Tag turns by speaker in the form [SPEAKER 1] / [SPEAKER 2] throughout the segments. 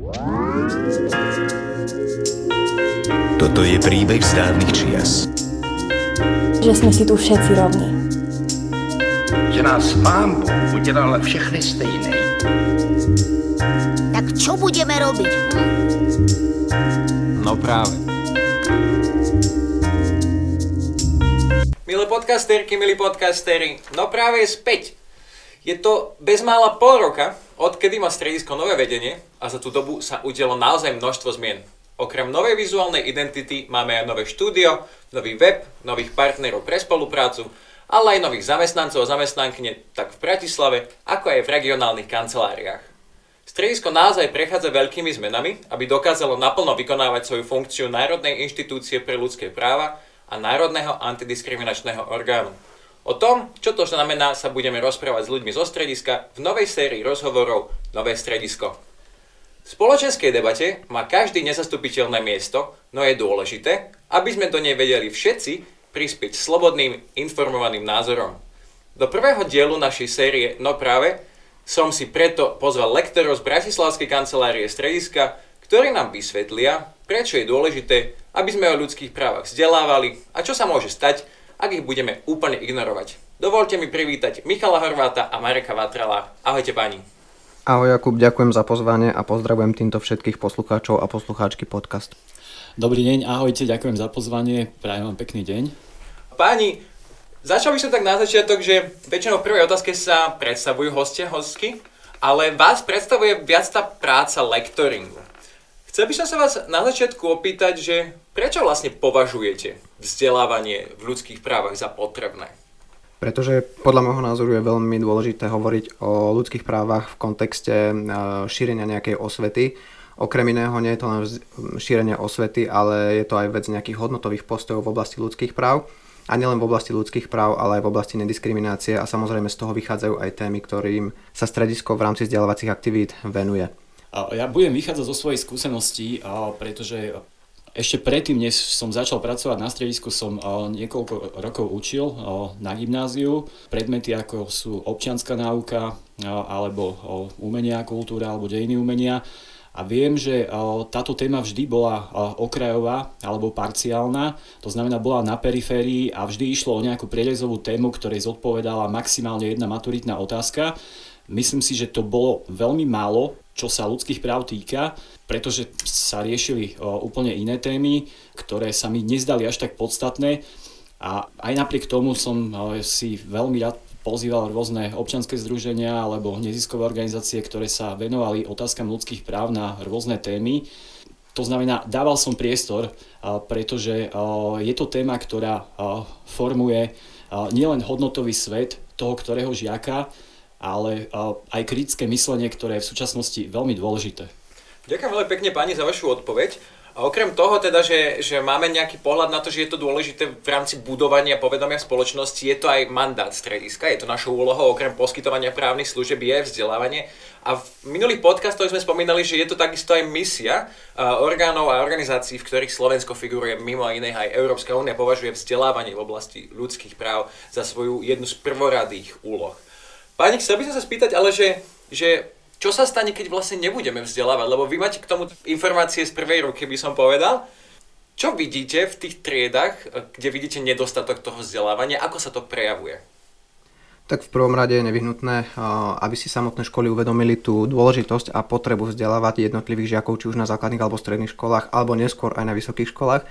[SPEAKER 1] Toto je príbeh z dávnych čias.
[SPEAKER 2] Že sme si tu všetci rovní.
[SPEAKER 3] Že nás Pán Boh udělal všechny stejné.
[SPEAKER 4] Tak čo budeme robiť?
[SPEAKER 5] No práve. Milé podcasterky, milí podcasteri, no práve je späť. Je to bezmála pol roka, odkedy má stredisko nové vedenie a za tú dobu sa udialo naozaj množstvo zmien. Okrem novej vizuálnej identity máme aj nové štúdio, nový web, nových partnerov pre spoluprácu, ale aj nových zamestnancov a zamestnankyne tak v Bratislave, ako aj v regionálnych kanceláriách. Stredisko naozaj prechádza veľkými zmenami, aby dokázalo naplno vykonávať svoju funkciu Národnej inštitúcie pre ľudské práva a Národného antidiskriminačného orgánu. O tom, čo to znamená, sa budeme rozprávať s ľuďmi zo strediska v novej sérii rozhovorov Nové stredisko. V spoločenskej debate má každý nezastupiteľné miesto, no je dôležité, aby sme do nej vedeli všetci prispieť slobodným, informovaným názorom. Do prvého dielu našej série No práve som si preto pozval lektorov z Bratislavskej kancelárie strediska, ktorí nám vysvetlia, prečo je dôležité, aby sme o ľudských právach vzdelávali a čo sa môže stať, ak ich budeme úplne ignorovať. Dovoľte mi privítať Michala Horváta a Mareka Vátrala. Ahojte páni.
[SPEAKER 6] Ahoj Jakub, ďakujem za pozvanie a pozdravujem týmto všetkých poslucháčov a poslucháčky podcastu.
[SPEAKER 7] Dobrý deň, ahojte, ďakujem za pozvanie, prajem vám pekný deň.
[SPEAKER 5] Páni, začal by som tak na začiatok, že väčšinou v prvej otázke sa predstavujú hostia, hostky, ale vás predstavuje viac tá práca lektoringu. Chcel by som sa vás na začiatku opýtať, že prečo vlastne považujete vzdelávanie v ľudských právach za potrebné?
[SPEAKER 6] Pretože podľa môjho názoru je veľmi dôležité hovoriť o ľudských právach v kontexte šírenia nejakej osvety. Okrem iného nie je to len šírenie osvety, ale je to aj vec nejakých hodnotových postojov v oblasti ľudských práv. A nielen v oblasti ľudských práv, ale aj v oblasti nediskriminácie a samozrejme z toho vychádzajú aj témy, ktorým sa stredisko v rámci vzdelávacích aktivít venuje.
[SPEAKER 7] Ja budem vychádzať zo svojej skúsenosti, pretože ešte predtým, než som začal pracovať na stredisku, som niekoľko rokov učil na gymnáziu predmety ako sú občianska náuka alebo umenia, kultúra alebo dejiny umenia. A viem, že táto téma vždy bola okrajová alebo parciálna, to znamená bola na periférii a vždy išlo o nejakú prierezovú tému, ktorej zodpovedala maximálne jedna maturitná otázka. Myslím si, že to bolo veľmi málo, čo sa ľudských práv týka, pretože sa riešili úplne iné témy, ktoré sa mi nezdali až tak podstatné a aj napriek tomu som si veľmi rád pozýval rôzne občianske združenia alebo neziskové organizácie, ktoré sa venovali otázkam ľudských práv na rôzne témy. To znamená, dával som priestor, pretože je to téma, ktorá formuje nielen hodnotový svet toho, ktorého žiaka, ale aj kritické myslenie, ktoré je v súčasnosti veľmi dôležité.
[SPEAKER 5] Ďakujem veľmi pekne páni za vašu odpoveď. A okrem toho teda, že máme nejaký pohľad na to, že je to dôležité v rámci budovania povedomia v spoločnosti, je to aj mandát strediska, je to našou úlohou, okrem poskytovania právnych služieb je vzdelávanie. A v minulých podcastoch sme spomínali, že je to takisto aj misia orgánov a organizácií, v ktorých Slovensko figuruje, mimo iného aj Európska únia považuje vzdelávanie v oblasti ľudských práv za svoju jednu z prvoradých úloh. Páni, chcel by som sa spýtať, ale že čo sa stane, keď vlastne nebudeme vzdelávať? Lebo vy máte k tomu informácie z prvej ruky, by som povedal. Čo vidíte v tých triedách, kde vidíte nedostatok toho vzdelávania? Ako sa to prejavuje?
[SPEAKER 6] Tak v prvom rade je nevyhnutné, aby si samotné školy uvedomili tú dôležitosť a potrebu vzdelávať jednotlivých žiakov, či už na základných alebo stredných školách, alebo neskôr aj na vysokých školách.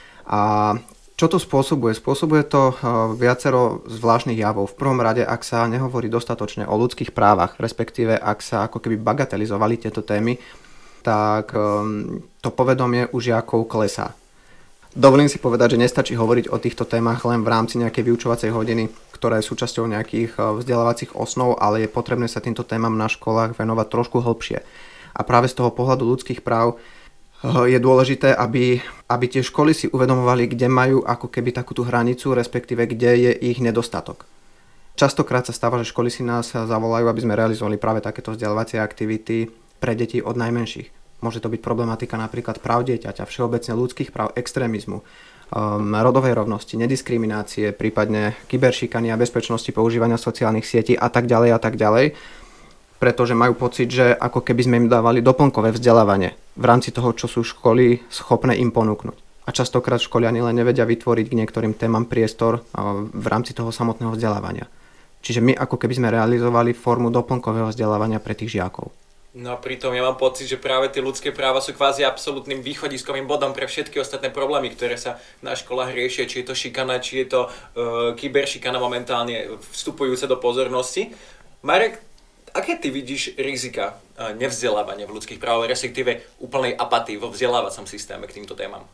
[SPEAKER 6] A čo to spôsobuje? Spôsobuje to viacero zvláštnych javov. V prvom rade, ak sa nehovorí dostatočne o ľudských právach, respektíve ak sa ako keby bagatelizovali tieto témy, tak to povedomie u žiakov klesá. Dovolím si povedať, že nestačí hovoriť o týchto témach len v rámci nejakej vyučovacej hodiny, ktorá je súčasťou nejakých vzdelávacích osnov, ale je potrebné sa týmto témam na školách venovať trošku hlbšie. A práve z toho pohľadu ľudských práv je dôležité, aby tie školy si uvedomovali, kde majú ako keby takú tú hranicu, respektíve kde je ich nedostatok. Častokrát sa stáva, že školy si nás zavolajú, aby sme realizovali práve takéto vzdelávacie aktivity pre deti od najmenších. Môže to byť problematika napríklad práv dieťaťa, všeobecne ľudských práv, extrémizmu, rodovej rovnosti, nediskriminácie, prípadne kyberšikany a bezpečnosti používania sociálnych sietí a tak ďalej a tak ďalej. pretože majú pocit, že ako keby sme im dávali doplnkové vzdelávanie v rámci toho, čo sú školy schopné im ponúknuť. A častokrát školy ani len nevedia vytvoriť k niektorým témam priestor v rámci toho samotného vzdelávania. Čiže my ako keby sme realizovali formu doplnkového vzdelávania pre tých žiakov.
[SPEAKER 5] No pritom ja mám pocit, že práve tie ľudské práva sú kvázi absolútnym východiskovým bodom pre všetky ostatné problémy, ktoré sa na školách riešia, či je to šikana, či je to kyberšikana momentálne vstupujúce do pozornosti. Marek, aké ty vidíš rizika nevzdelávania v ľudských právach, respektíve úplnej apatii vo vzdelávacom systéme k týmto témam?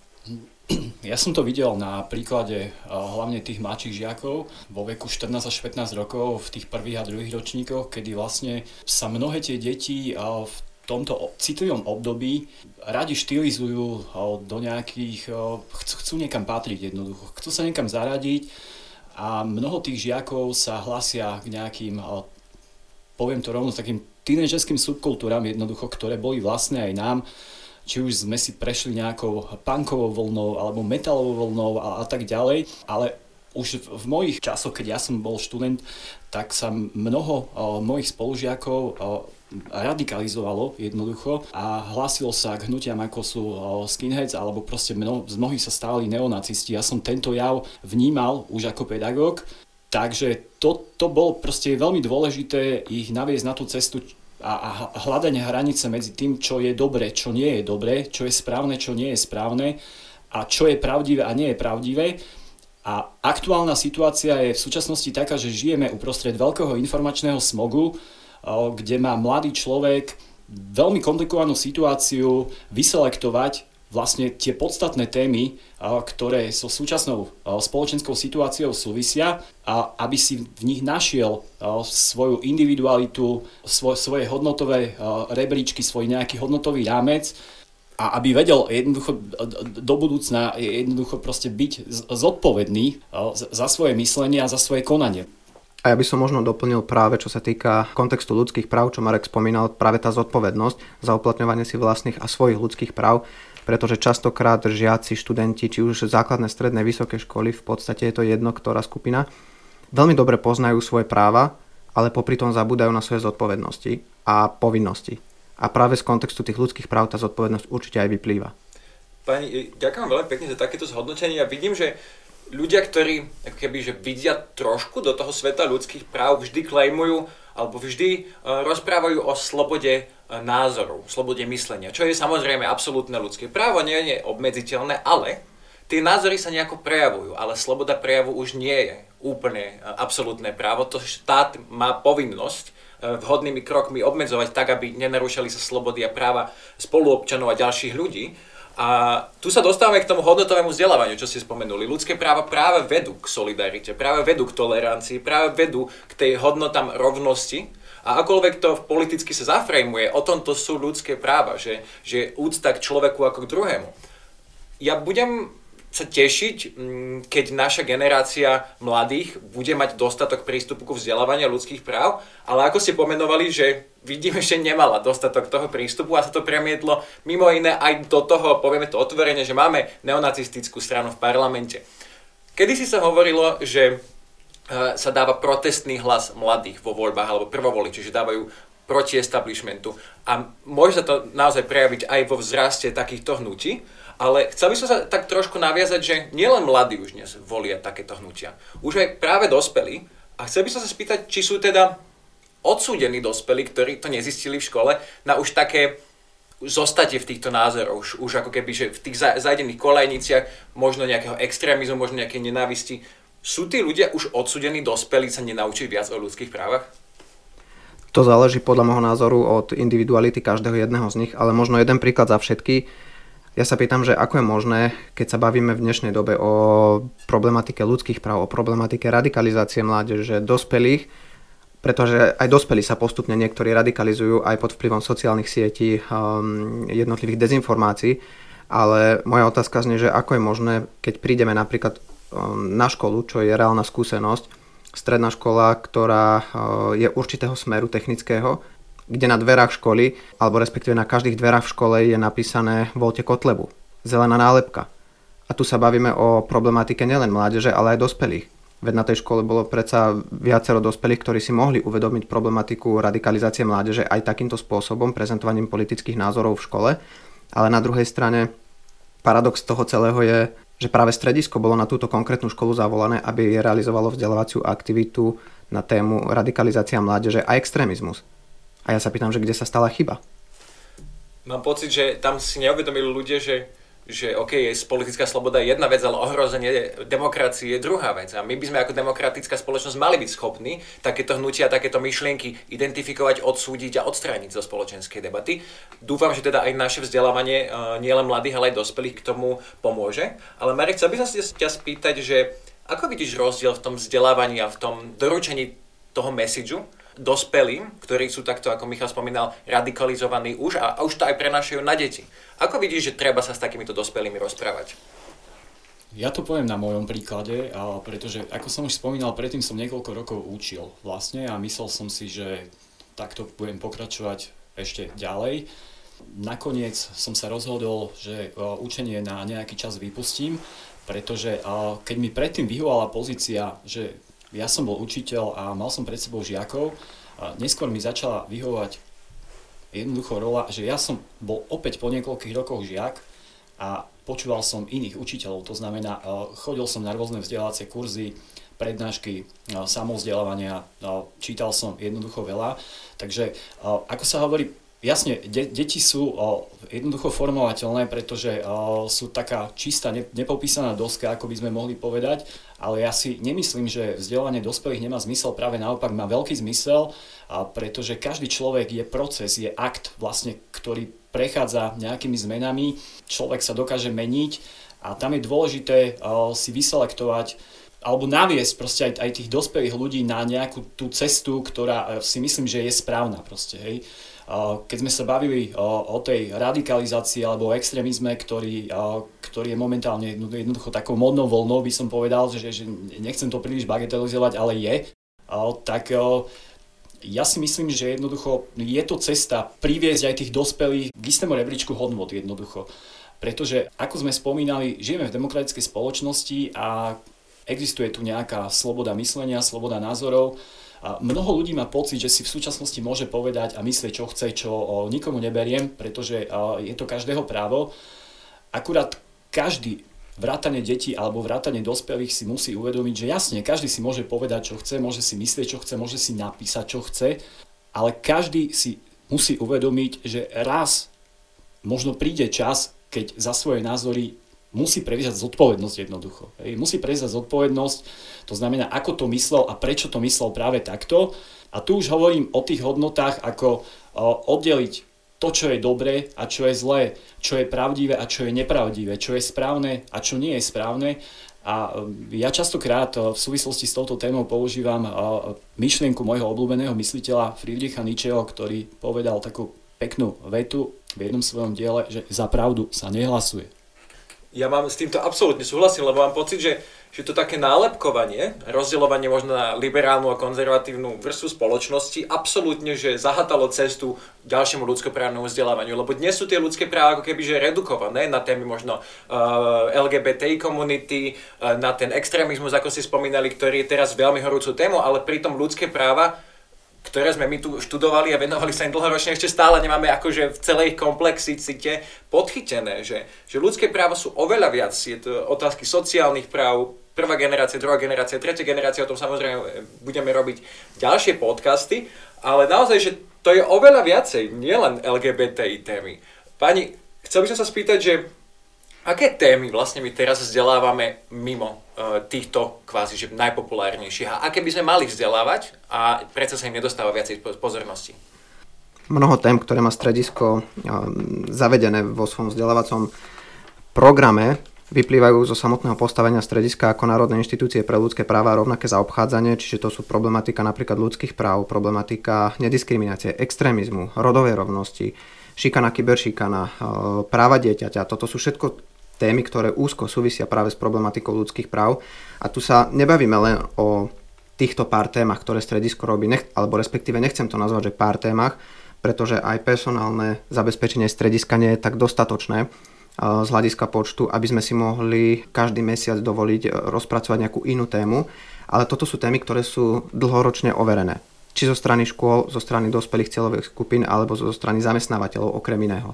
[SPEAKER 7] Ja som to videl na príklade hlavne tých mladších žiakov vo veku 14 až 15 rokov v tých prvých a druhých ročníkoch, kedy vlastne sa mnohé tie deti v tomto citlivom období radi štilizujú do nejakých, chcú niekam patriť jednoducho, chcú sa niekam zaradiť a mnoho tých žiakov sa hlasia k nejakým, poviem to rovno, takým tínedžerským subkultúram jednoducho, ktoré boli vlastné aj nám. Či už sme si prešli nejakou punkovou vlnou alebo metalovou vlnou a tak ďalej, ale už v mojich časoch, keď ja som bol študent, tak sa mnoho mojich spolužiakov radikalizovalo jednoducho a hlásilo sa k hnutiam ako sú skinheads alebo proste z mnohých sa stali neonacisti. Ja som tento jav vnímal už ako pedagóg, takže to bolo proste veľmi dôležité ich naviesť na tú cestu a hľadanie hranice medzi tým, čo je dobre, čo nie je dobre, čo je správne, čo nie je správne a čo je pravdivé a nie je pravdivé. A aktuálna situácia je v súčasnosti taká, že žijeme uprostred veľkého informačného smogu, kde má mladý človek veľmi komplikovanú situáciu vyselektovať vlastne tie podstatné témy, ktoré so súčasnou spoločenskou situáciou súvisia a aby si v nich našiel svoju individualitu, svoje hodnotové rebríčky, svoj nejaký hodnotový rámec a aby vedel jednoducho do budúcna jednoducho proste byť zodpovedný za svoje myslenie a za svoje konanie.
[SPEAKER 6] A ja by som možno doplnil práve, čo sa týka kontextu ľudských práv, čo Marek spomínal, práve tá zodpovednosť za uplatňovanie si vlastných a svojich ľudských práv, pretože častokrát žiaci, študenti, či už základné, stredné, vysoké školy, v podstate je to jedno, ktorá skupina, veľmi dobre poznajú svoje práva, ale popri tom zabúdajú na svoje zodpovednosti a povinnosti. A práve z kontextu tých ľudských práv tá zodpovednosť určite aj vyplýva.
[SPEAKER 5] Pani, ďakujem veľmi pekne za takéto zhodnotenie. Ja vidím, že ľudia, ktorí ako keby, že vidia trošku do toho sveta ľudských práv, vždy klejmujú alebo vždy rozprávajú o slobode názorov, slobode myslenia, čo je samozrejme absolútne ľudské právo, nie je obmedziteľné, ale tie názory sa nejako prejavujú, ale sloboda prejavu už nie je úplne absolútne právo. To štát má povinnosť vhodnými krokmi obmedzovať tak, aby nenarúšali sa slobody a práva spoluobčanov a ďalších ľudí. A tu sa dostávame k tomu hodnotovému vzdelávaniu, čo ste spomenuli. Ľudské práva práve vedú k solidarite, práve vedú k tolerancii, práve vedú k tej hodnotám rovnosti. A akoľvek to politicky sa zafrejmuje, o tomto sú ľudské práva, že úcta k človeku ako k druhému. Ja budem sa tešiť, keď naša generácia mladých bude mať dostatok prístupu ku vzdelávaniu ľudských práv, ale ako ste pomenovali, že vidíme, že nemala dostatok toho prístupu a sa to premietlo mimo iné aj do toho, povieme to otvorene, že máme neonacistickú stranu v parlamente. Kedysi sa hovorilo, že sa dáva protestný hlas mladých vo voľbách alebo prvovoli, čiže dávajú proti establishmentu a môže sa to naozaj prejaviť aj vo vzraste takýchto hnutí. Ale chcel by som sa tak trošku naviazať, že nielen mladí už dnes volia takéto hnutia. Už aj práve dospelí. A chcel by som sa spýtať, či sú teda odsúdení dospelí, ktorí to nezistili v škole, na už také zostatie v týchto názoroch. Už ako keby, že v tých zajdených kolejniciach možno nejakého extrémizmu, možno nejakej nenávisti. Sú tí ľudia už odsúdení dospelí sa nenaučiť viac o ľudských právach?
[SPEAKER 6] To záleží podľa môjho názoru od individuality každého jedného z nich, ale možno jeden príklad za všetky. Ja sa pýtam, že ako je možné, keď sa bavíme v dnešnej dobe o problematike ľudských práv, o problematike radikalizácie mládeže, dospelých, pretože aj dospelí sa postupne niektorí radikalizujú aj pod vplyvom sociálnych sietí, jednotlivých dezinformácií, ale moja otázka znie, že ako je možné, keď prídeme napríklad na školu, čo je reálna skúsenosť, stredná škola, ktorá je určitého smeru technického, kde na dverách školy, alebo respektíve na každých dverách v škole je napísané voľte Kotlebu, zelená nálepka. A tu sa bavíme o problematike nielen mládeže, ale aj dospelých. Veď na tej škole bolo predsa viacero dospelých, ktorí si mohli uvedomiť problematiku radikalizácie mládeže aj takýmto spôsobom, prezentovaním politických názorov v škole. Ale na druhej strane paradox toho celého je, že práve stredisko bolo na túto konkrétnu školu zavolané, aby realizovalo vzdelávaciu aktivitu na tému radikalizácia mládeže a extrémizmus. A ja sa pýtam, že kde sa stala chyba?
[SPEAKER 5] Mám pocit, že tam si neuvedomili ľudia, že OK, politická sloboda je jedna vec, ale ohrozenie demokracie je druhá vec. A my by sme ako demokratická spoločnosť mali byť schopní takéto hnutia, takéto myšlienky identifikovať, odsúdiť a odstrániť zo spoločenskej debaty. Dúfam, že teda aj naše vzdelávanie, nielen mladých, ale aj dospelých k tomu pomôže. Ale Marek, chcel by som si ťa spýtať, že ako vidíš rozdiel v tom vzdelávaní a v tom doručení toho messageu dospelým, ktorí sú takto, ako Michal spomínal, radikalizovaní už a už to aj prenášajú na deti. Ako vidíš, že treba sa s takýmito dospelými rozprávať?
[SPEAKER 7] Ja to poviem na mojom príklade, pretože ako som už spomínal, predtým som niekoľko rokov učil vlastne a myslel som si, že takto budem pokračovať ešte ďalej. Nakoniec som sa rozhodol, že učenie na nejaký čas vypustím, pretože keď mi predtým vyhovala pozícia, že ja som bol učiteľ a mal som pred sebou žiakov, neskôr mi začala vyhovovať jednoducho rola, že ja som bol opäť po niekoľkých rokoch žiak a počúval som iných učiteľov, to znamená, chodil som na rôzne vzdelávacie kurzy, prednášky, samovzdelávania, čítal som jednoducho veľa, takže ako sa hovorí, jasne, deti sú jednoducho formovateľné, pretože sú taká čistá, nepopísaná doska, ako by sme mohli povedať, ale ja si nemyslím, že vzdelávanie dospelých nemá zmysel, práve naopak má veľký zmysel, pretože každý človek je proces, je akt vlastne, ktorý prechádza nejakými zmenami, človek sa dokáže meniť a tam je dôležité si vyselektovať alebo naviesť proste aj tých dospelých ľudí na nejakú tú cestu, ktorá si myslím, že je správna proste, hej. Keď sme sa bavili o tej radikalizácii alebo o extrémizme, ktorý je momentálne jednoducho takou modnou voľnou, by som povedal, že nechcem to príliš bagatelizovať, ale je, tak ja si myslím, že jednoducho je to cesta priviesť aj tých dospelých k istému rebríčku hodnôt jednoducho. Pretože, ako sme spomínali, žijeme v demokratickej spoločnosti a existuje tu nejaká sloboda myslenia, sloboda názorov. A mnoho ľudí má pocit, že si v súčasnosti môže povedať a myslieť, čo chce, čo nikomu neberiem, pretože je to každého právo. Akurát každý, vrátane detí alebo vrátane dospelých si musí uvedomiť, že jasne, každý si môže povedať, čo chce, môže si myslieť, čo chce, môže si napísať, čo chce, ale každý si musí uvedomiť, že raz možno príde čas, keď za svoje názory musí prevziať zodpovednosť jednoducho. Musí prevziať zodpovednosť, to znamená, ako to myslel a prečo to myslel práve takto. A tu už hovorím o tých hodnotách, ako oddeliť to, čo je dobré a čo je zlé, čo je pravdivé a čo je nepravdivé, čo je správne a čo nie je správne. A ja častokrát v súvislosti s touto témou používam myšlienku môjho obľúbeného mysliteľa Friedricha Nietzscheho, ktorý povedal takú peknú vetu v jednom svojom diele, že za pravdu sa nehlasuje.
[SPEAKER 5] Ja mám s týmto absolútne súhlasím, lebo mám pocit, že to také nálepkovanie, rozdielovanie možno na liberálnu a konzervatívnu vrstvu spoločnosti absolútne, že zahatalo cestu ďalšiemu ľudskoprávnemu vzdelávaniu, lebo dnes sú tie ľudské práva ako keby že redukované na témy možno LGBTI komunity, na ten extrémizmus, ako si spomínali, ktorý je teraz veľmi horúcou témou, ale pritom ľudské práva, ktoré sme my tu študovali a venovali sa im dlhoročne, ešte stále nemáme akože v celej komplexicite podchytené, že ľudské práva sú oveľa viac, je to otázky sociálnych práv, prvá generácia, druhá generácia, tretia generácia, o tom samozrejme budeme robiť ďalšie podcasty, ale naozaj, že to je oveľa viacej, nielen LGBTI témy. Pani, chcel by som sa spýtať, že aké témy vlastne my teraz vzdelávame mimo týchto kvázi že najpopulárnejších a aké by sme mali vzdelávať a predsa sa im nedostáva viacej pozornosti?
[SPEAKER 6] Mnoho tém, ktoré má stredisko zavedené vo svojom vzdelávacom programe, vyplývajú zo samotného postavenia strediska ako národnej inštitúcie pre ľudské práva a rovnaké zaobchádzanie, čiže to sú problematika napríklad ľudských práv, problematika nediskriminácie, extrémizmu, rodovej rovnosti, šikana, kyberšikana, práva dieťaťa. Toto sú všetko témy, ktoré úzko súvisia práve s problematikou ľudských práv. A tu sa nebavíme len o týchto pár témach, ktoré stredisko robí, alebo respektíve nechcem to nazvať, že pár témach, pretože aj personálne zabezpečenie strediska nie je tak dostatočné z hľadiska počtu, aby sme si mohli každý mesiac dovoliť rozpracovať nejakú inú tému. Ale toto sú témy, ktoré sú dlhoročne overené. Či zo strany škôl, zo strany dospelých cieľových skupín, alebo zo strany zamestnávateľov okrem iného.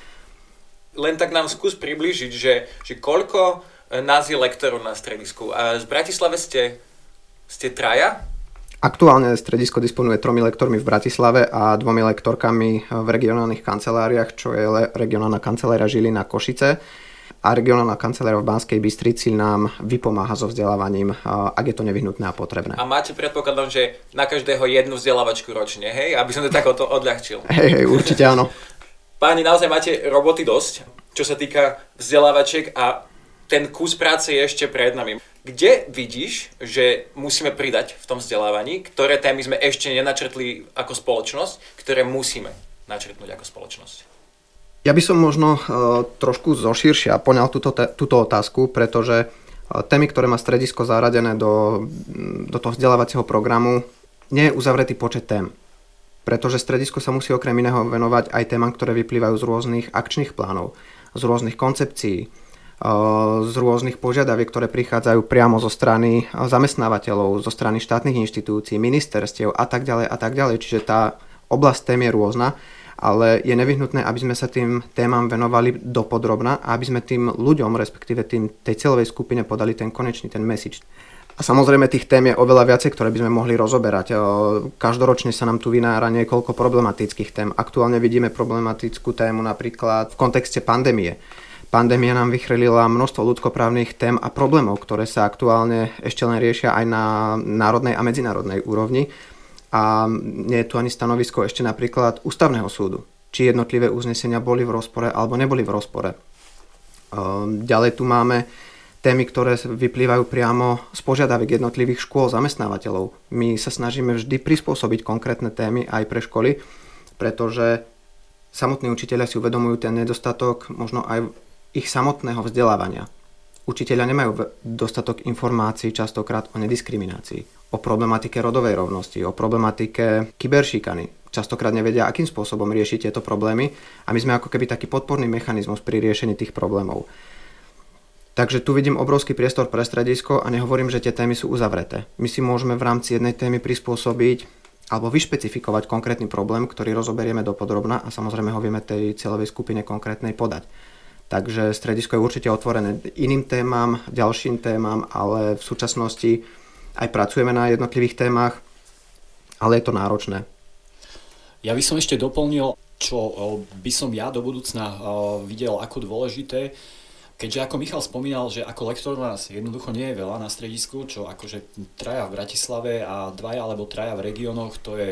[SPEAKER 5] Len tak nám skús priblížiť, že koľko nás je lektorov na stredisku. A z Bratislave ste traja?
[SPEAKER 6] Aktuálne stredisko disponuje 3 lektormi v Bratislave a 2 lektorkami v regionálnych kanceláriách, čo je regionálna kancelária Žilina Košice a regionálna kancelária v Banskej Bystrici nám vypomáha so vzdelávaním, ak je to nevyhnutné a potrebné.
[SPEAKER 5] A máte, predpokladom, že na každého jednu vzdelávačku ročne, hej? Aby som to tak odľahčil.
[SPEAKER 6] Hej, určite áno.
[SPEAKER 5] Páni, naozaj máte roboty dosť, čo sa týka vzdelávačiek a ten kus práce je ešte pred nami. Kde vidíš, že musíme pridať v tom vzdelávaní, ktoré témy sme ešte nenačrtli ako spoločnosť, ktoré musíme načrtnúť ako spoločnosť?
[SPEAKER 6] Ja by som možno trošku zoširšia poňal túto otázku, pretože témy, ktoré má stredisko zaradené do toho vzdelávacieho programu, nie je uzavretý počet tém. Pretože stredisko sa musí okrem iného venovať aj témam, ktoré vyplývajú z rôznych akčných plánov, z rôznych koncepcií, z rôznych požiadaviek, ktoré prichádzajú priamo zo strany zamestnávateľov, zo strany štátnych inštitúcií, ministerstiev a tak ďalej. Čiže tá oblasť tém je rôzna, ale je nevyhnutné, aby sme sa tým témam venovali dopodrobna a aby sme tým ľuďom, respektíve tej celovej skupine podali ten konečný, ten message. A samozrejme tých tém je oveľa viacej, ktoré by sme mohli rozoberať. Každoročne sa nám tu vynára niekoľko problematických tém. Aktuálne vidíme problematickú tému napríklad v kontexte pandémie. Pandémia nám vychrlila množstvo ľudskoprávnych tém a problémov, ktoré sa aktuálne ešte len riešia aj na národnej a medzinárodnej úrovni. A nie je tu ani stanovisko ešte napríklad Ústavného súdu, či jednotlivé uznesenia boli v rozpore alebo neboli v rozpore. Ďalej tu máme témy, ktoré vyplývajú priamo z požiadaviek jednotlivých škôl, zamestnávateľov. My sa snažíme vždy prispôsobiť konkrétne témy aj pre školy, pretože samotní učitelia si uvedomujú ten nedostatok možno aj ich samotného vzdelávania. Učitelia nemajú dostatok informácií častokrát o nediskriminácii, o problematike rodovej rovnosti, o problematike kyberšikany. Častokrát nevedia, akým spôsobom riešiť tieto problémy a my sme ako keby taký podporný mechanizmus pri riešení tých problémov. Takže tu vidím obrovský priestor pre stredisko a nehovorím, že tie témy sú uzavreté. My si môžeme v rámci jednej témy prispôsobiť alebo vyšpecifikovať konkrétny problém, ktorý rozoberieme dopodrobna a samozrejme ho vieme tej celovej skupine konkrétnej podať. Takže stredisko je určite otvorené iným témam, ďalším témam, ale v súčasnosti aj pracujeme na jednotlivých témach, ale je to náročné.
[SPEAKER 7] Ja by som ešte doplnil, čo by som ja do budúcna videl ako dôležité, keďže ako Michal spomínal, že ako lektor nás jednoducho nie je veľa na stredisku, čo akože traja v Bratislave a 2 alebo 3 v regiónoch, to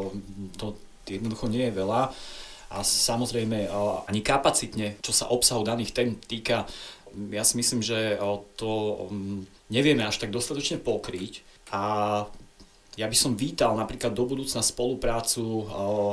[SPEAKER 7] jednoducho nie je veľa. A samozrejme ani kapacitne, čo sa obsahu daných tém týka, ja si myslím, že to nevieme až tak dostatočne pokryť. A ja by som vítal napríklad do budúcna spoluprácu,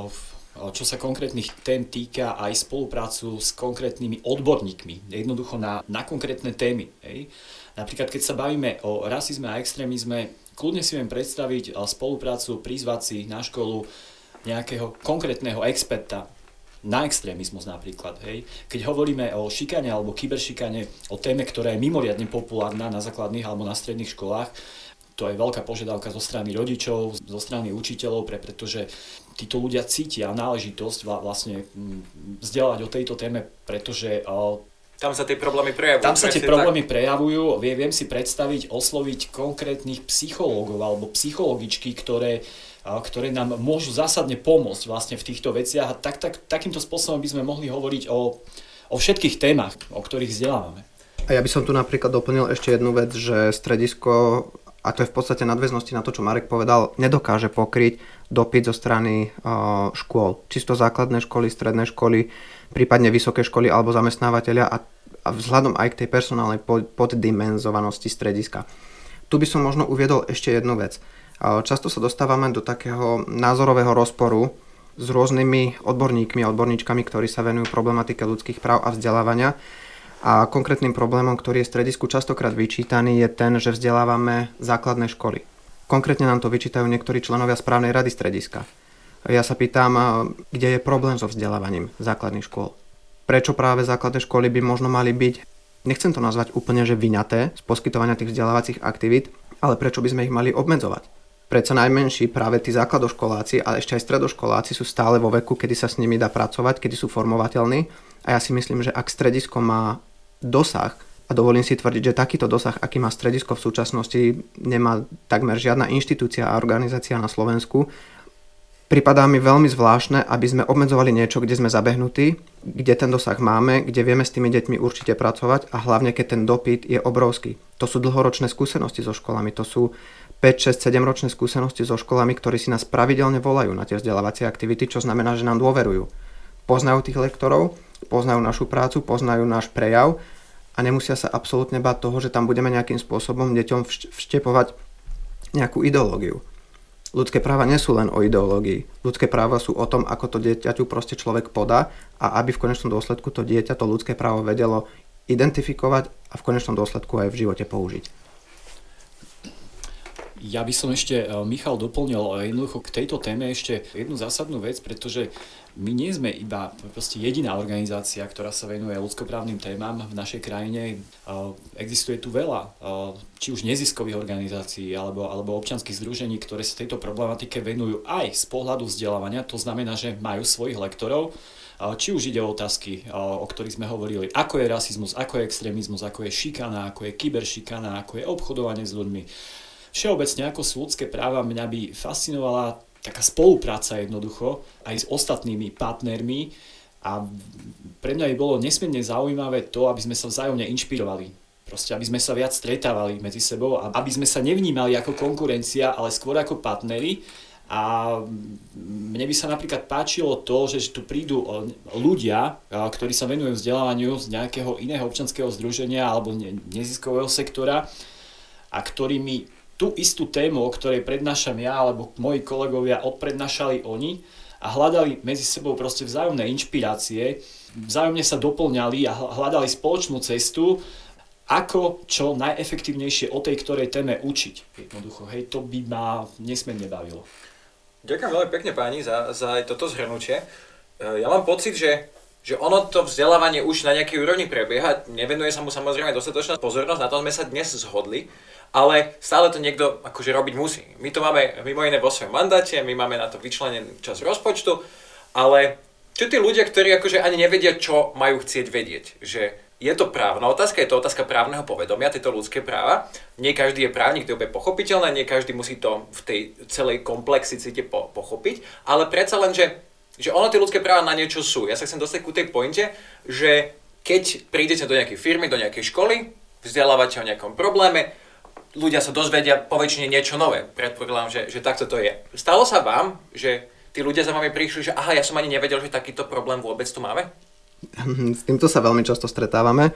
[SPEAKER 7] čo sa konkrétnych tém týka, aj spoluprácu s konkrétnymi odborníkmi, jednoducho na konkrétne témy. Hej. Napríklad keď sa bavíme o rasizme a extrémizme, kľudne si viem predstaviť spoluprácu, prizvať si na školu nejakého konkrétneho experta na extrémizmus napríklad. Hej. Keď hovoríme o šikane alebo kyberšikane, o téme, ktorá je mimoriadne populárna na základných alebo na stredných školách, to je veľká požiadavka zo strany rodičov, zo strany učiteľov, pretože títo ľudia cítia náležitosť vlastne vzdelávať o tejto téme, pretože
[SPEAKER 5] tam sa tie problémy prejavujú.
[SPEAKER 7] Tam sa tie problémy prejavujú. Viem si predstaviť, osloviť konkrétnych psychológov alebo psychologičky, ktoré nám môžu zásadne pomôcť vlastne v týchto veciach. A takýmto spôsobom by sme mohli hovoriť o všetkých témach, o ktorých vzdelávame.
[SPEAKER 6] A ja by som tu napríklad doplnil ešte jednu vec, že stredisko, a to je v podstate nadväznosti na to, čo Marek povedal, nedokáže pokryť dopyt zo strany škôl. Čisto základné školy, stredné školy, prípadne vysoké školy alebo zamestnávateľia a vzhľadom aj k tej personálnej poddimenzovanosti strediska. Tu by som možno uviedol ešte jednu vec. Často sa dostávame do takého názorového rozporu s rôznymi odborníkmi a odborníčkami, ktorí sa venujú problematike ľudských práv a vzdelávania. A konkrétnym problémom, ktorý je stredisku častokrát vyčítaný, je ten, že vzdelávame základné školy. Konkrétne nám to vyčítajú niektorí členovia správnej rady strediska. Ja sa pýtam, kde je problém so vzdelávaním základných škôl. Prečo práve základné školy by možno mali byť, nechcem to nazvať úplne, že vyňaté z poskytovania tých vzdelávacích aktivít, ale prečo by sme ich mali obmedzovať? Predsa najmenší, práve tí základoškoláci, ale ešte aj stredoškoláci sú stále vo veku, kedy sa s nimi dá pracovať, kedy sú formovateľní. A ja si myslím, že ak stredisko má dosah, a dovolím si tvrdiť, že takýto dosah, aký má stredisko v súčasnosti, nemá takmer žiadna inštitúcia a organizácia na Slovensku, pripadá mi veľmi zvláštne, aby sme obmedzovali niečo, kde sme zabehnutí, kde ten dosah máme, kde vieme s tými deťmi určite pracovať a hlavne, keď ten dopyt je obrovský. To sú dlhoročné skúsenosti so školami, to sú 5, 6, 7 ročné skúsenosti so školami, ktorí si nás pravidelne volajú na tie vzdelávacie aktivity, čo znamená, že nám dôverujú. Poznajú tých lektorov, poznajú našu prácu, poznajú náš prejav a nemusia sa absolútne báť toho, že tam budeme nejakým spôsobom deťom vštepovať nejakú ideológiu. Ľudské práva nie sú len o ideológii. Ľudské práva sú o tom, ako to dieťaťu proste človek podá a aby v konečnom dôsledku to dieťa to ľudské právo vedelo identifikovať a v konečnom dôsledku aj v živote použiť.
[SPEAKER 7] Ja by som ešte, Michal, doplnil jednoducho k tejto téme ešte jednu zásadnú vec, pretože my nie sme iba proste jediná organizácia, ktorá sa venuje ľudskoprávnym témam v našej krajine. Existuje tu veľa, či už neziskových organizácií alebo občianskych združení, ktoré sa tejto problematike venujú aj z pohľadu vzdelávania. To znamená, že majú svojich lektorov. Či už ide o otázky, o ktorých sme hovorili, ako je rasizmus, ako je extrémizmus, ako je šikana, ako je kyberšikana, ako je obchodovanie s ľuďmi. Všeobecne, ako sú ľudské práva, mňa by fascinovala taká spolupráca jednoducho aj s ostatnými partnermi a pre mňa by bolo nesmierne zaujímavé to, aby sme sa vzájomne inšpirovali. Proste, aby sme sa viac stretávali medzi sebou a aby sme sa nevnímali ako konkurencia, ale skôr ako partneri. A mne by sa napríklad páčilo to, že tu prídu ľudia, ktorí sa venujú vzdelávaniu z nejakého iného občianskeho združenia alebo neziskového sektora a ktorí mi tú istú tému, o ktorej prednášam ja alebo moji kolegovia, odprednášali oni a hľadali medzi sebou proste vzájomné inšpirácie, vzájomne sa doplňali a hľadali spoločnú cestu, ako čo najefektívnejšie o tej ktorej téme učiť. Jednoducho, hej, to by ma nesmierne bavilo.
[SPEAKER 5] Ďakujem veľmi pekne páni za toto zhrnutie. Ja mám pocit, že ono to vzdelávanie už na nejakej úrovni prebieha, nevenuje sa mu samozrejme dostatočná pozornosť, na to sme sa dnes zhodli, ale stále to niekto akože robiť musí. My to máme mimo iné vo svojom mandáte, my máme na to vyčlenený čas rozpočtu, ale čo tí ľudia, ktorí akože ani nevedia, čo majú chcieť vedieť, že je to právna otázka, je to otázka právneho povedomia, tieto ľudské práva. Nie každý je právnik, to je úplne pochopiteľné, nie každý musí to v tej celej komplexicite pochopiť, ale predsa len, že ono tie ľudské práva na niečo sú. Ja sa chcem dostať ku tej pointe, že keď prídete do nejakej firmy, do nejakej školy, vzdelávate o nejakom probléme, ľudia sa dozvedia poväčšine niečo nové. Predpokladám, že takto to je. Stalo sa vám, že tí ľudia za vami prišli, že aha, ja som ani nevedel, že takýto problém vôbec tu máme?
[SPEAKER 6] S týmto sa veľmi často stretávame.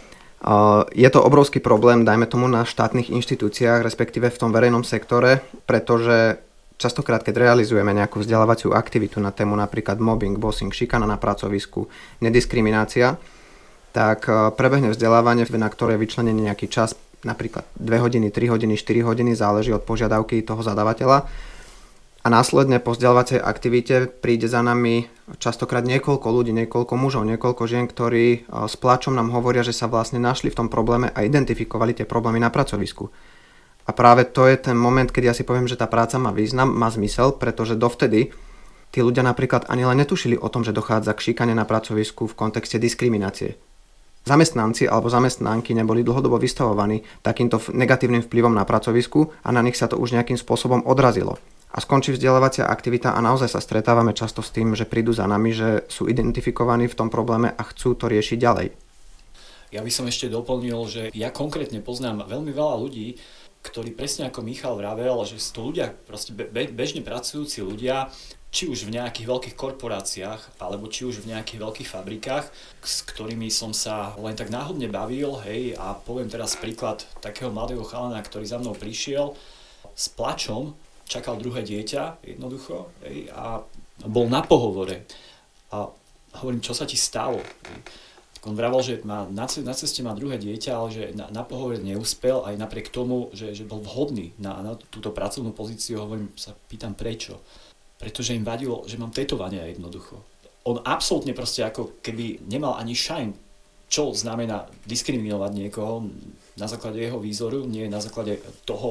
[SPEAKER 6] Je to obrovský problém, dajme tomu, na štátnych inštitúciách, respektíve v tom verejnom sektore, pretože častokrát, keď realizujeme nejakú vzdelávaciu aktivitu na tému napríklad mobbing, bossing, šikana na pracovisku, nediskriminácia, tak prebehne vzdelávanie, na ktoré je vyčlenený nejaký čas, napríklad 2 hodiny, 3 hodiny, 4 hodiny, záleží od požiadavky toho zadavateľa. A následne po vzdelávacej aktivite príde za nami častokrát niekoľko ľudí, niekoľko mužov, niekoľko žien, ktorí s pláčom nám hovoria, že sa vlastne našli v tom probléme a identifikovali tie problémy na pracovisku. A práve to je ten moment, keď ja si poviem, že tá práca má význam, má zmysel, pretože dovtedy tí ľudia napríklad ani len netušili o tom, že dochádza k šikane na pracovisku v kontexte diskriminácie. Zamestnanci alebo zamestnanky neboli dlhodobo vystavovaní takýmto negatívnym vplyvom na pracovisku a na nich sa to už nejakým spôsobom odrazilo. A skončí vzdelávacia aktivita a naozaj sa stretávame často s tým, že prídu za nami, že sú identifikovaní v tom probléme a chcú to riešiť ďalej.
[SPEAKER 7] Ja by som ešte doplnil, že ja konkrétne poznám veľmi veľa ľudí, ktorí presne ako Michal vravel, že sú to ľudia, proste bežne pracujúci ľudia, či už v nejakých veľkých korporáciách, alebo či už v nejakých veľkých fabrikách, s ktorými som sa len tak náhodne bavil, hej, a poviem teraz príklad takého mladého chalana, ktorý za mnou prišiel s plačom, čakal druhé dieťa, jednoducho, hej, a bol na pohovore. A hovorím, čo sa ti stalo? On vravel, že na ceste má druhé dieťa, ale že na pohovore neúspel aj napriek tomu, že bol vhodný na túto pracovnú pozíciu. Hovorím, sa pýtam prečo. Pretože im vadilo, že mám tetovania jednoducho. On absolútne proste ako keby nemal ani šajn, čo znamená diskriminovať niekoho na základe jeho výzoru, nie na základe toho,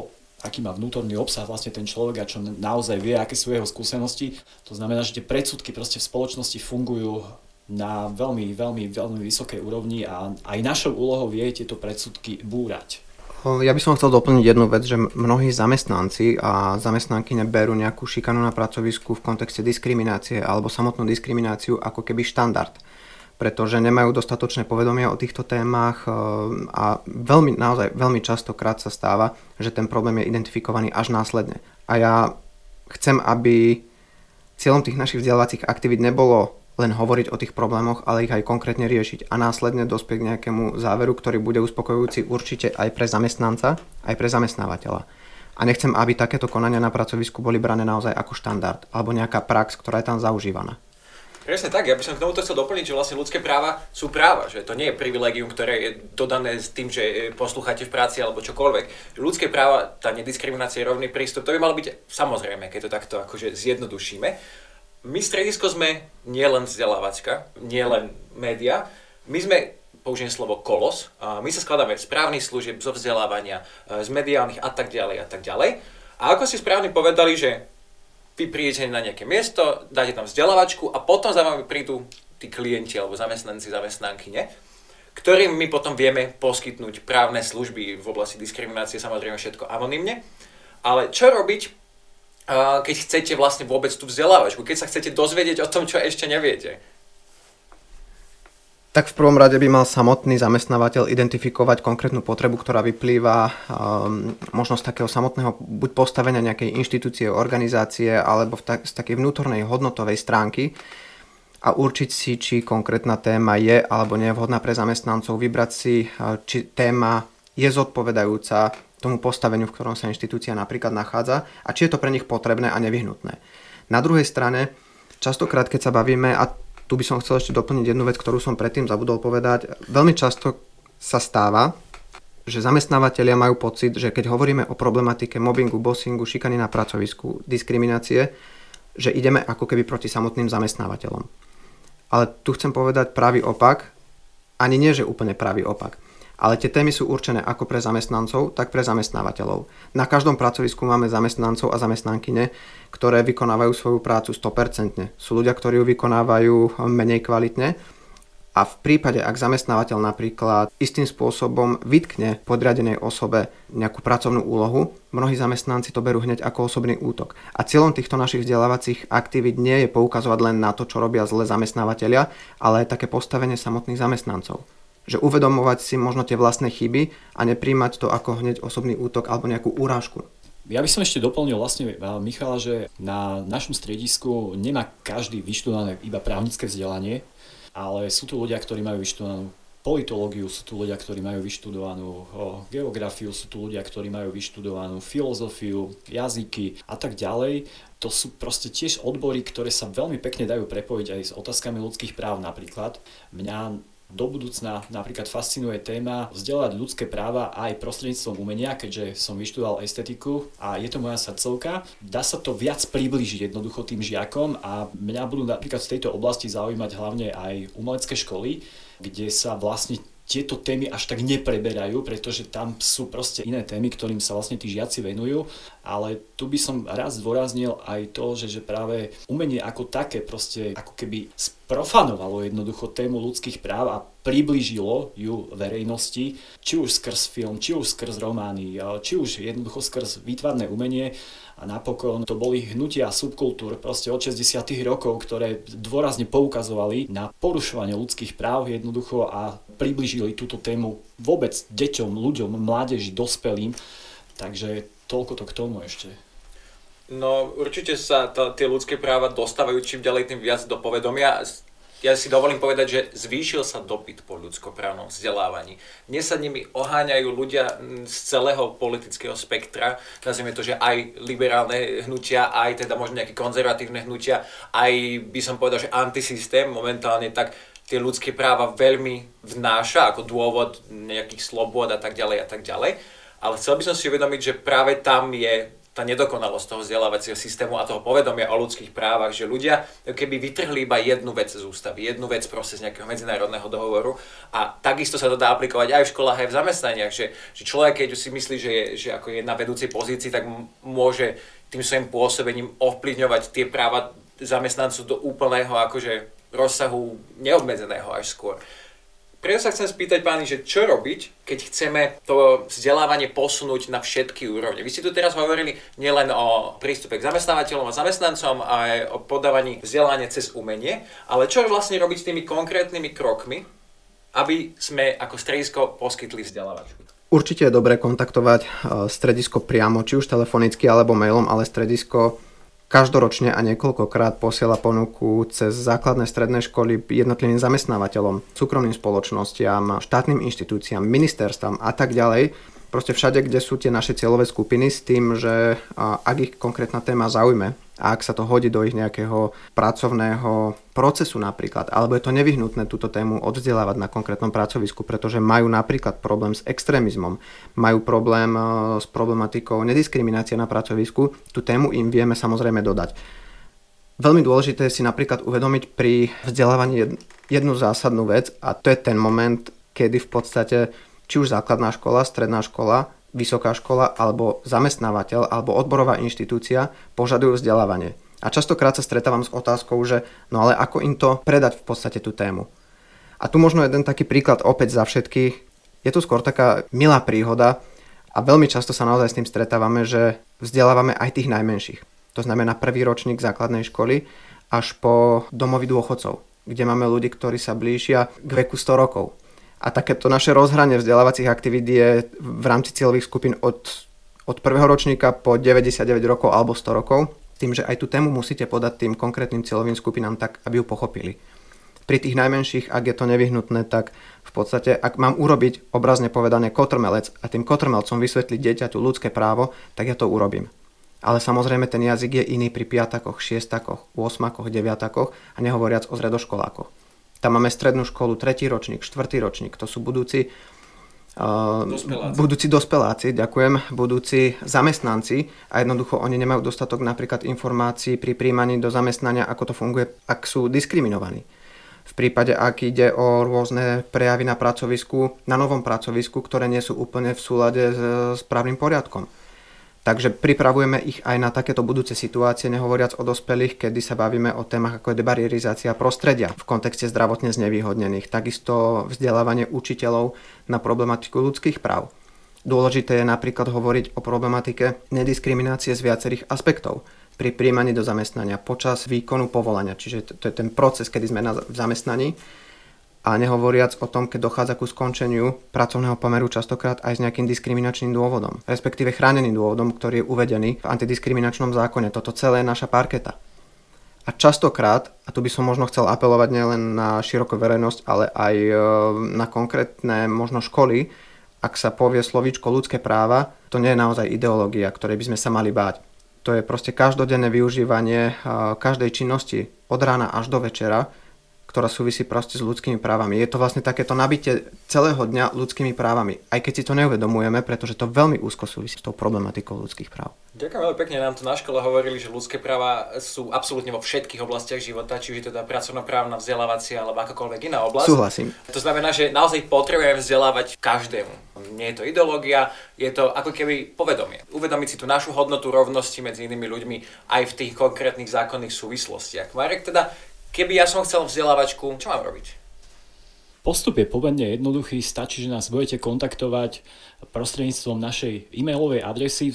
[SPEAKER 7] aký má vnútorný obsah vlastne ten človek a čo naozaj vie, aké sú jeho skúsenosti. To znamená, že tie predsudky proste v spoločnosti fungujú na veľmi, veľmi, veľmi vysokej úrovni a aj našou úlohou je tieto predsudky búrať.
[SPEAKER 6] Ja by som chcel doplniť jednu vec, že mnohí zamestnanci a zamestnanky neberú nejakú šikanu na pracovisku v kontexte diskriminácie alebo samotnú diskrimináciu ako keby štandard, pretože nemajú dostatočné povedomie o týchto témach a naozaj veľmi častokrát sa stáva, že ten problém je identifikovaný až následne. A ja chcem, aby cieľom tých našich vzdelávacích aktivít nebolo len hovoriť o tých problémoch, ale ich aj konkrétne riešiť a následne dospieť k nejakému záveru, ktorý bude uspokojujúci určite aj pre zamestnanca, aj pre zamestnávateľa. A nechcem, aby takéto konania na pracovisku boli brané naozaj ako štandard alebo nejaká prax, ktorá je tam zaužívaná.
[SPEAKER 5] Presne tak, ja by som k tomuto chcel doplniť, že vlastne ľudské práva sú práva, že to nie je privilégium, ktoré je dodané s tým, že poslúchate v práci alebo čokoľvek. Ľudské práva, tá nediskriminácia, rovný prístup, to by malo byť samozrejme, keď to takto akože zjednodušíme. My stredisko sme nielen vzdelávačka, nielen média, my sme, použijem slovo kolos, my sa skladáme z právnych služieb, zo vzdelávania, z mediálnych a tak ďalej a tak ďalej. A ako ste správne povedali, že vy prídete na nejaké miesto, dáte tam vzdelávačku a potom za vami prídu tí klienti alebo zamestnanci, zamestnankyne, ktorým my potom vieme poskytnúť právne služby v oblasti diskriminácie, samozrejme všetko anonymne. Ale čo robiť, keď chcete vlastne vôbec tú vzdelávačku, keď sa chcete dozvedieť o tom, čo ešte neviete?
[SPEAKER 6] Tak v prvom rade by mal samotný zamestnávateľ identifikovať konkrétnu potrebu, ktorá vyplýva možno z takého samotného buď postavenia nejakej inštitúcie, organizácie, alebo z takej vnútornej hodnotovej stránky a určiť si, či konkrétna téma je alebo nie je vhodná pre zamestnancov, vybrať si, či téma je zodpovedajúca tomu postaveniu, v ktorom sa inštitúcia napríklad nachádza a či je to pre nich potrebné a nevyhnutné. Na druhej strane, častokrát, keď sa bavíme, a tu by som chcel ešte doplniť jednu vec, ktorú som predtým zabudol povedať, veľmi často sa stáva, že zamestnávateľia majú pocit, že keď hovoríme o problematike mobbingu, bossingu, šikany na pracovisku, diskriminácie, že ideme ako keby proti samotným zamestnávateľom. Ale tu chcem povedať pravý opak, ani nie, že úplne pravý opak. Ale tie témy sú určené ako pre zamestnancov, tak pre zamestnávateľov. Na každom pracovisku máme zamestnancov a zamestnankyne, ktoré vykonávajú svoju prácu 100%. Sú ľudia, ktorí ju vykonávajú menej kvalitne. A v prípade, ak zamestnávateľ napríklad istým spôsobom vytkne podriadenej osobe nejakú pracovnú úlohu, mnohí zamestnanci to berú hneď ako osobný útok. A cieľom týchto našich vzdelávacích aktivít nie je poukazovať len na to, čo robia zle zamestnávateľia, ale aj také postavenie samotných zamestnancov. Že uvedomovať si možno tie vlastné chyby a nepríjmať to ako hneď osobný útok alebo nejakú urážku.
[SPEAKER 7] Ja by som ešte doplnil vlastne Michala, že na našom stredisku nemá každý vyštudované iba právnické vzdelanie, ale sú tu ľudia, ktorí majú vyštudovanú politológiu, sú tu ľudia, ktorí majú vyštudovanú geografiu, sú tu ľudia, ktorí majú vyštudovanú filozofiu, jazyky a tak ďalej. To sú proste tiež odbory, ktoré sa veľmi pekne dajú prepojiť aj s otázkami ľudských práv napríklad. Mňa do budúcna napríklad fascinuje téma vzdelávať ľudské práva aj prostredníctvom umenia, keďže som vyštudoval estetiku a je to moja srdcovka. Dá sa to viac priblížiť jednoducho tým žiakom a mňa budú napríklad v tejto oblasti zaujímať hlavne aj umelecké školy, kde sa vlastne tieto témy až tak nepreberajú, pretože tam sú proste iné témy, ktorým sa vlastne tí žiaci venujú, ale tu by som raz zdôraznil aj to, že práve umenie ako také proste ako keby sprofanovalo jednoducho tému ľudských práv a priblížilo ju verejnosti, či už skrz film, či už skrz romány, či už jednoducho skrz výtvarné umenie. A napokon to boli hnutia subkultúr proste od 60. rokov, ktoré dôrazne poukazovali na porušovanie ľudských práv jednoducho a priblížili túto tému vôbec deťom, ľuďom, mládeži, dospelým. Takže toľko to k tomu ešte.
[SPEAKER 5] No určite sa tie ľudské práva dostávajú čím ďalej tým viac do povedomia. Ja si dovolím povedať, že zvýšil sa dopyt po ľudskoprávnom vzdelávaní. Dnes sa nimi oháňajú ľudia z celého politického spektra. Nazvime to, že aj liberálne hnutia, aj teda možno nejaké konzervatívne hnutia, aj by som povedal, že antisystém momentálne tak tie ľudské práva veľmi vnáša ako dôvod nejakých slobôd a tak ďalej a tak ďalej. Ale chcel by som si uvedomiť, že práve tam je tá nedokonalosť toho vzdelávacieho systému a toho povedomia o ľudských právach, že ľudia keby vytrhli iba jednu vec z ústavy, jednu vec proste z nejakého medzinárodného dohovoru a takisto sa to dá aplikovať aj v školách, aj v zamestnaniach, že človek, keď si myslí, že ako je na vedúcej pozícii, tak môže tým svojím pôsobením ovplyvňovať tie práva zamestnancov do úplného akože rozsahu neobmedzeného až skôr. Preto sa chcem spýtať páni, že čo robiť, keď chceme to vzdelávanie posunúť na všetky úrovne. Vy ste tu teraz hovorili nielen o prístupe k zamestnávateľom a zamestnancom, ale aj o podávaní vzdelania cez umenie, ale čo vlastne robiť s tými konkrétnymi krokmi, aby sme ako stredisko poskytli vzdelávačku?
[SPEAKER 6] Určite je dobré kontaktovať stredisko priamo, či už telefonicky alebo mailom, ale stredisko každoročne a niekoľkokrát posiela ponuku cez základné stredné školy jednotlivým zamestnávateľom, súkromným spoločnostiam, štátnym inštitúciám, ministerstvám a tak ďalej. Proste všade, kde sú tie naše cieľové skupiny s tým, že ak ich konkrétna téma zaujme a ak sa to hodí do ich nejakého pracovného procesu napríklad, alebo je to nevyhnutné túto tému odvzdelávať na konkrétnom pracovisku, pretože majú napríklad problém s extrémizmom, majú problém s problematikou nediskriminácie na pracovisku, tú tému im vieme samozrejme dodať. Veľmi dôležité je si napríklad uvedomiť pri vzdelávaní jednu zásadnú vec a to je ten moment, kedy v podstate či už základná škola, stredná škola, vysoká škola alebo zamestnávateľ alebo odborová inštitúcia požadujú vzdelávanie. A častokrát sa stretávam s otázkou, že no ale ako im to predať v podstate tú tému. A tu možno jeden taký príklad opäť za všetkých. Je tu skôr taká milá príhoda a veľmi často sa naozaj s tým stretávame, že vzdelávame aj tých najmenších. To znamená prvý ročník základnej školy až po domovy dôchodcov, kde máme ľudí, ktorí sa blížia k veku 100 rokov. A takéto naše rozhranie vzdelávacích aktivít je v rámci cieľových skupín od prvého ročníka po 99 rokov alebo 100 rokov, tým, že aj tú tému musíte podať tým konkrétnym cieľovým skupinám tak, aby ju pochopili. Pri tých najmenších, ak je to nevyhnutné, tak v podstate, ak mám urobiť obrazne povedané kotrmelec a tým kotrmelcom vysvetliť dieťaťu ľudské právo, tak ja to urobím. Ale samozrejme ten jazyk je iný pri piatakoch, šiestakoch, 8-koch, 9-koch a nehovoriac o zredoškolákoch. Tam máme strednú školu, 3. ročník, 4. ročník, to sú budúci dospeláci, budúci zamestnanci a jednoducho oni nemajú dostatok napríklad informácií pri príjmaní do zamestnania, ako to funguje, ak sú diskriminovaní. V prípade, ak ide o rôzne prejavy na pracovisku, na novom pracovisku, ktoré nie sú úplne v súlade s právnym poriadkom. Takže pripravujeme ich aj na takéto budúce situácie, nehovoriac o dospelých, kedy sa bavíme o témach ako je debariérizácia prostredia v kontexte zdravotne znevýhodnených. Takisto vzdelávanie učiteľov na problematiku ľudských práv. Dôležité je napríklad hovoriť o problematike nediskriminácie z viacerých aspektov pri prijímaní do zamestnania počas výkonu povolania. Čiže to je ten proces, kedy sme v zamestnaní. A nehovoriac o tom, keď dochádza ku skončeniu pracovného pomeru častokrát aj s nejakým diskriminačným dôvodom, respektíve chráneným dôvodom, ktorý je uvedený v antidiskriminačnom zákone. Toto celé je naša parketa. A častokrát, a tu by som možno chcel apelovať nielen na širokú verejnosť, ale aj na konkrétne možno školy, ak sa povie slovíčko ľudské práva, to nie je naozaj ideológia, ktorej by sme sa mali báť. To je proste každodenné využívanie každej činnosti od rána až do večera, ktorá súvisí proste s ľudskými právami. Je to vlastne takéto nabitie celého dňa ľudskými právami, aj keď si to neuvedomujeme, pretože to veľmi úzko súvisí s tou problematikou ľudských práv.
[SPEAKER 5] Ďakujem veľmi pekne, nám tu na škole hovorili, že ľudské práva sú absolútne vo všetkých oblastiach života, či už je teda pracovnoprávna, vzdelávacia alebo akákoľvek iná oblasť.
[SPEAKER 6] Súhlasím.
[SPEAKER 5] To znamená, že naozaj potrebujeme vzdelávať každému. Nie je to ideológia, je to ako keby povedomie. Uvedomiť si tú našu hodnotu rovnosti medzi inými ľuďmi aj v tých konkrétnych zákonných súvislostiach. Marek, teda keby ja som chcel vzdelávačku, čo mám robiť?
[SPEAKER 7] Postup je pomerne jednoduchý, stačí, že nás budete kontaktovať prostredníctvom našej e-mailovej adresy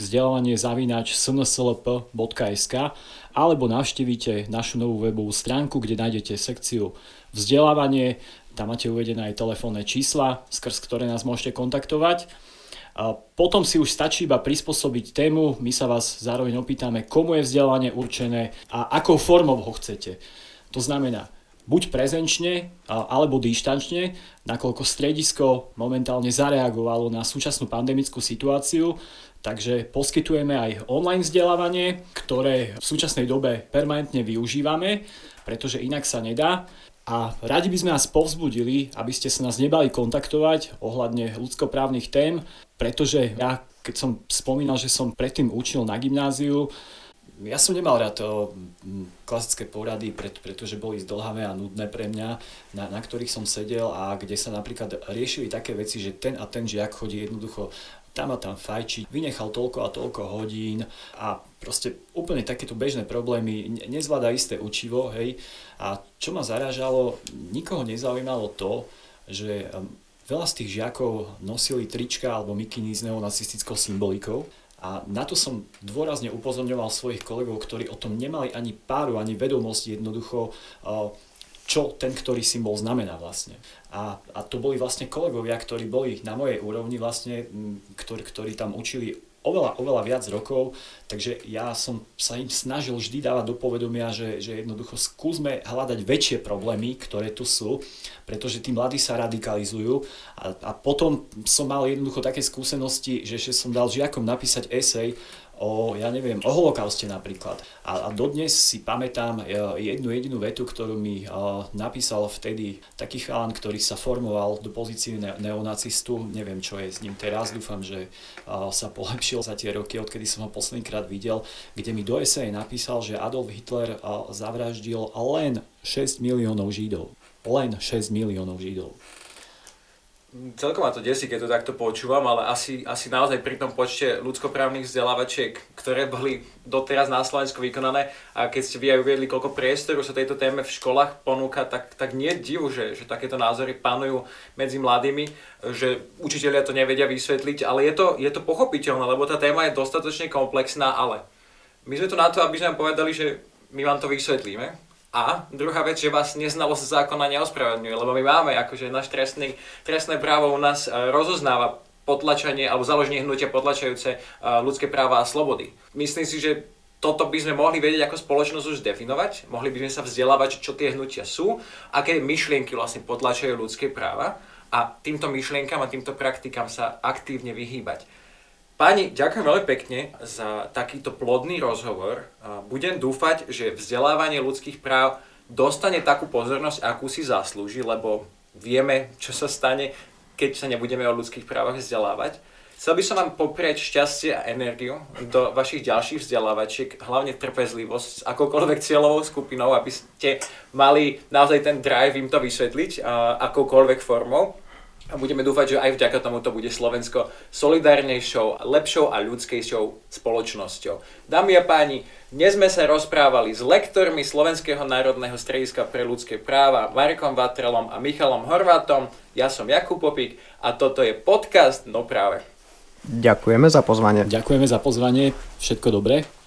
[SPEAKER 7] vzdelanie@snslp.sk alebo navštívite našu novú webovú stránku, kde nájdete sekciu vzdelávanie, tam máte uvedené aj telefónne čísla, skrz ktoré nás môžete kontaktovať. Potom si už stačí iba prispôsobiť tému, my sa vás zároveň opýtame, komu je vzdelávanie určené a akou formou ho chcete. To znamená, buď prezenčne, alebo dištančne, nakoľko stredisko momentálne zareagovalo na súčasnú pandemickú situáciu, takže poskytujeme aj online vzdelávanie, ktoré v súčasnej dobe permanentne využívame, pretože inak sa nedá. A radi by sme vás povzbudili, aby ste sa nás nebali kontaktovať ohľadne ľudskoprávnych tém, pretože ja keď som spomínal, že som predtým učil na gymnáziu, ja som nemal rád klasické porady, pretože boli zdĺhavé a nudné pre mňa, na ktorých som sedel a kde sa napríklad riešili také veci, že ten a ten žiak chodí jednoducho tam a tam fajčiť, vynechal toľko a toľko hodín a proste úplne takéto bežné problémy, nezvláda isté učivo, hej. A čo ma zarážalo, nikoho nezaujímalo to, že veľa z tých žiakov nosili trička alebo mikiny s neonacistickou symbolikou. A na to som dôrazne upozorňoval svojich kolegov, ktorí o tom nemali ani páru, ani vedomosť jednoducho, čo ten, ktorý symbol znamená vlastne. A to boli vlastne kolegovia, ktorí boli na mojej úrovni vlastne, ktorí tam učili oveľa viac rokov, takže ja som sa im snažil vždy dávať do povedomia, že jednoducho skúsme hľadať väčšie problémy, ktoré tu sú, pretože tí mladí sa radikalizujú a potom som mal jednoducho také skúsenosti, že som dal žiakom napísať esej o holokauste napríklad. A dodnes si pamätám jednu jedinú vetu, ktorú mi napísal vtedy taký chalan, ktorý sa formoval do pozície neonacistu. Neviem, čo je s ním teraz. Dúfam, že sa polepšil za tie roky, odkedy som ho poslednýkrát videl, kde mi do eseje napísal, že Adolf Hitler zavraždil len 6 miliónov Židov. Len 6 miliónov Židov.
[SPEAKER 5] Celkom ma to desí, keď to takto počúvam, ale asi naozaj pri tom počte ľudskoprávnych vzdelávačiek, ktoré boli doteraz na Slovensku vykonané, a keď ste vy aj uviedli, koľko priestoru sa tejto téme v školách ponúka, tak nie je divu, že takéto názory panujú medzi mladými, že učitelia to nevedia vysvetliť, ale je to pochopiteľné, lebo tá téma je dostatočne komplexná, ale my sme tu na to, aby sme vám povedali, že my vám to vysvetlíme. A druhá vec, že vás neznalosť zákona neospravedlňuje, lebo my máme, akože náš trestné právo u nás rozoznáva potlačanie alebo založenie hnutia potlačajúce ľudské práva a slobody. Myslím si, že toto by sme mohli vedieť ako spoločnosť už definovať, mohli by sme sa vzdelávať, čo tie hnutia sú, aké myšlienky vlastne potlačajú ľudské práva a týmto myšlienkam a týmto praktikám sa aktívne vyhýbať. Páni, ďakujem veľmi pekne za takýto plodný rozhovor. Budem dúfať, že vzdelávanie ľudských práv dostane takú pozornosť, akú si zaslúži, lebo vieme, čo sa stane, keď sa nebudeme o ľudských právach vzdelávať. Chcel by som vám popriať šťastie a energiu do vašich ďalších vzdelávačiek, hlavne trpezlivosť s akoukoľvek cieľovou skupinou, aby ste mali naozaj ten drive im to vysvetliť akoukoľvek formou. A budeme dúfať, že aj vďaka tomu to bude Slovensko solidárnejšou, lepšou a ľudskejšou spoločnosťou. Dámy a páni, dnes sme sa rozprávali s lektormi Slovenského národného strediska pre ľudské práva Markom Vatrelom a Michalom Horvátom. Ja som Jakub Popík a toto je podcast No práve.
[SPEAKER 6] Ďakujeme za pozvanie.
[SPEAKER 7] Ďakujeme za pozvanie, všetko dobré.